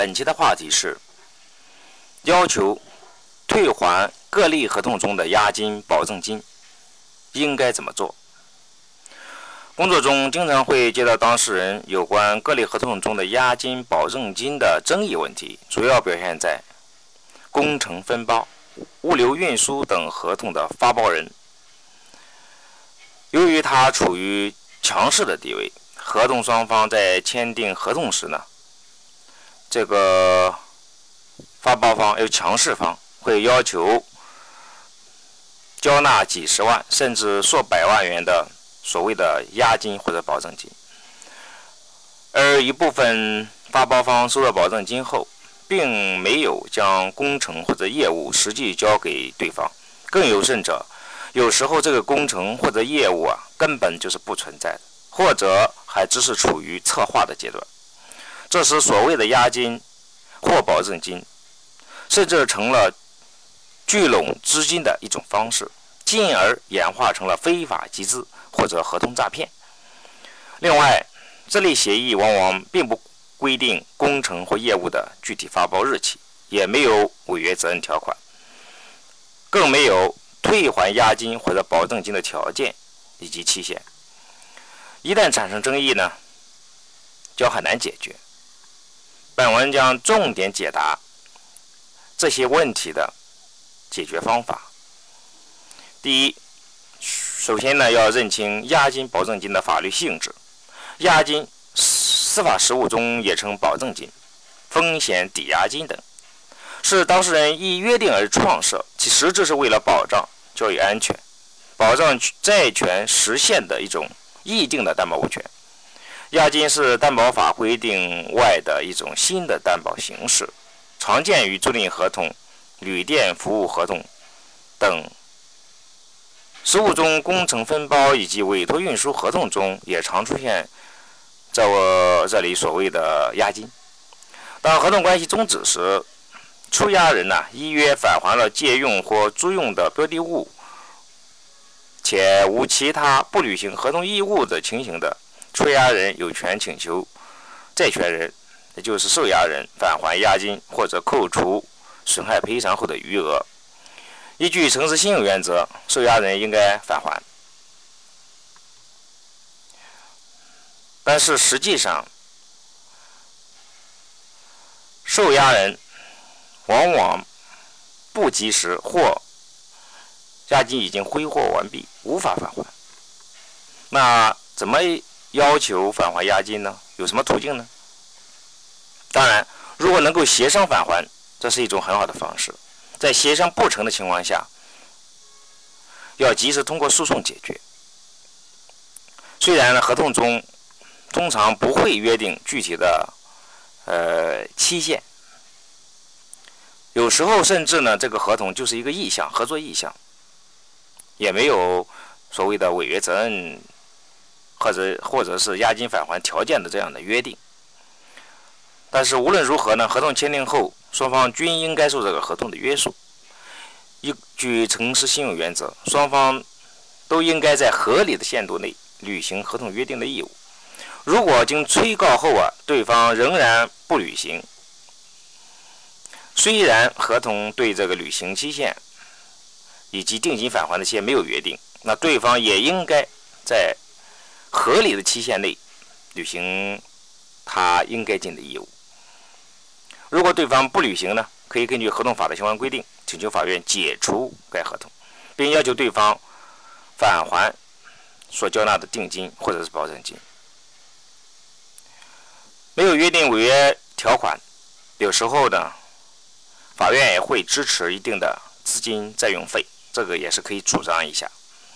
本期的话题是要求退还各类合同中的押金、保证金，应该怎么做？工作中经常会接到当事人有关各类合同中的押金、保证金的争议问题，主要表现在工程分包、物流运输等合同的发包人，由于他处于强势的地位，合同双方在签订合同时呢，这个发包方有强势方会要求交纳几十万甚至数百万元的所谓的押金或者保证金，而一部分发包方收到保证金后，并没有将工程或者业务实际交给对方，更有甚者，有时候这个工程或者业务根本就是不存在的，或者还只是处于策划的阶段。这时所谓的押金或保证金，甚至成了聚拢资金的一种方式，进而演化成了非法集资或者合同诈骗。另外，这类协议往往并不规定工程或业务的具体发包日期，也没有违约责任条款，更没有退还押金或者保证金的条件以及期限。一旦产生争议呢，就很难解决。本文将重点解答这些问题的解决方法。第一，首先呢，要认清押金、保证金的法律性质。押金，司法实务中也称保证金、风险抵押金等，是当事人依约定而创设，其实质是为了保障交易安全、保障债权实现的一种议定的担保物权。押金是担保法规定外的一种新的担保形式，常见于租赁合同、旅店服务合同等实务中工程分包以及委托运输合同中也常出现这里所谓的押金。当合同关系终止时，出押人依约返还了借用或租用的标的物，且无其他不履行合同义务的情形的，出押人有权请求债权人，也就是受押人返还押金或者扣除损害赔偿后的余额。依据诚实信用原则，受押人应该返还。但是实际上，受押人往往不及时或押金已经挥霍完毕，无法返还。那怎么要求返还押金呢？有什么途径呢？当然，如果能够协商返还，这是一种很好的方式。在协商不成的情况下，要及时通过诉讼解决。虽然合同中通常不会约定具体的期限，有时候甚至呢，这个合同就是一个意向，合作意向，也没有所谓的违约责任或者是押金返还条件的这样的约定。但是无论如何呢，合同签订后，双方均应该受这个合同的约束。依据诚实信用原则，双方都应该在合理的限度内履行合同约定的义务。如果经催告后对方仍然不履行，虽然合同对这个履行期限以及定金返还的期限没有约定，那对方也应该在合理的期限内履行他应该尽的义务。如果对方不履行呢，可以根据合同法的相关规定，请求法院解除该合同，并要求对方返还所交纳的定金或者是保证金。没有约定违约条款，有时候呢，法院也会支持一定的资金占用费，这个也是可以主张一下。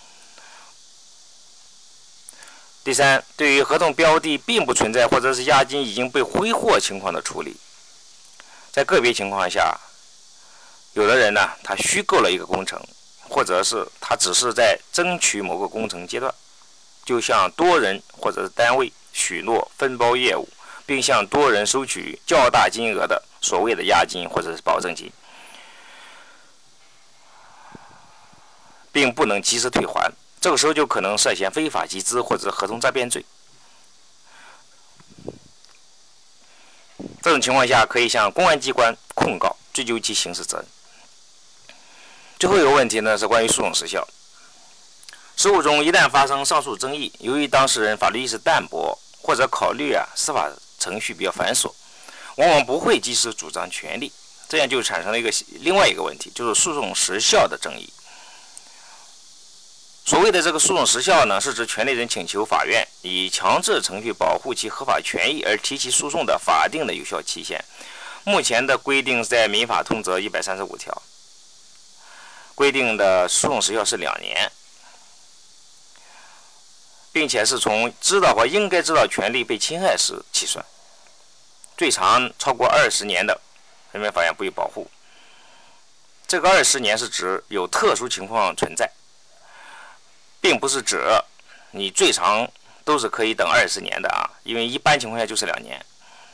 第三，对于合同标的并不存在或者是押金已经被挥霍情况的处理，在个别情况下，有的人呢，他虚构了一个工程，或者是他只是在争取某个工程阶段，就向多人或者是单位许诺分包业务，并向多人收取较大金额的所谓的押金或者是保证金，并不能及时退还，这个时候就可能涉嫌非法集资或者合同诈骗罪。 这种情况下可以向公安机关控告，追究其刑事责任。最后一个问题呢是关于诉讼时效。实务中一旦发生上诉争议，由于当事人法律意识淡薄，或者考虑司法程序比较繁琐，往往不会及时主张权利，这样就产生了另外一个问题，就是诉讼时效的争议。所谓的这个诉讼时效呢，是指权利人请求法院以强制程序保护其合法权益而提起诉讼的法定的有效期限。目前的规定在民法通则135条，规定的诉讼时效是2年，并且是从知道或应该知道权利被侵害时起算，最长超过20年的，人民法院不予保护。这个20年是指有特殊情况存在，并不是指你最长都是可以等20年的因为一般情况下就是2年。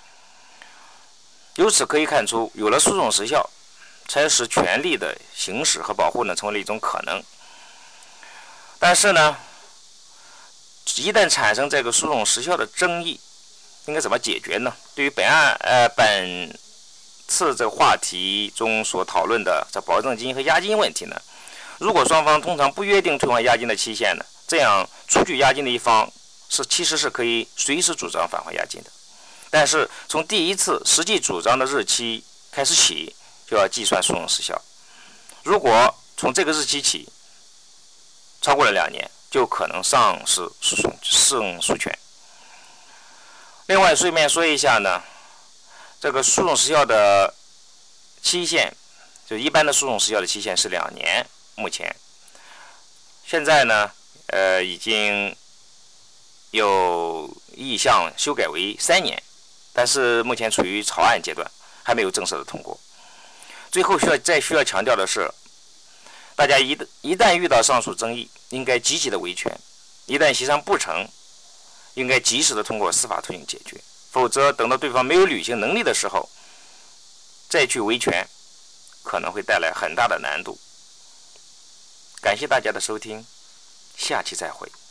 由此可以看出，有了诉讼时效，才使权利的行使和保护呢成为了一种可能。但是呢，一旦产生这个诉讼时效的争议，应该怎么解决呢？对于本次这个话题中所讨论的这保证金和押金问题呢，如果双方通常不约定退还押金的期限呢，这样出具押金的一方其实是可以随时主张返还押金的。但是从第一次实际主张的日期开始起，就要计算诉讼时效。如果从这个日期起超过了2年，就可能丧失胜诉权。另外顺便说一下呢，这个诉讼时效的期限，就一般的诉讼时效的期限是2年，目前现在呢已经有意向修改为3年，但是目前处于草案阶段，还没有正式的通过。最后需要强调的是，大家一旦遇到上诉争议，应该积极的维权；一旦协商不成，应该及时的通过司法途径解决，否则等到对方没有履行能力的时候，再去维权，可能会带来很大的难度。感谢大家的收听，下期再会。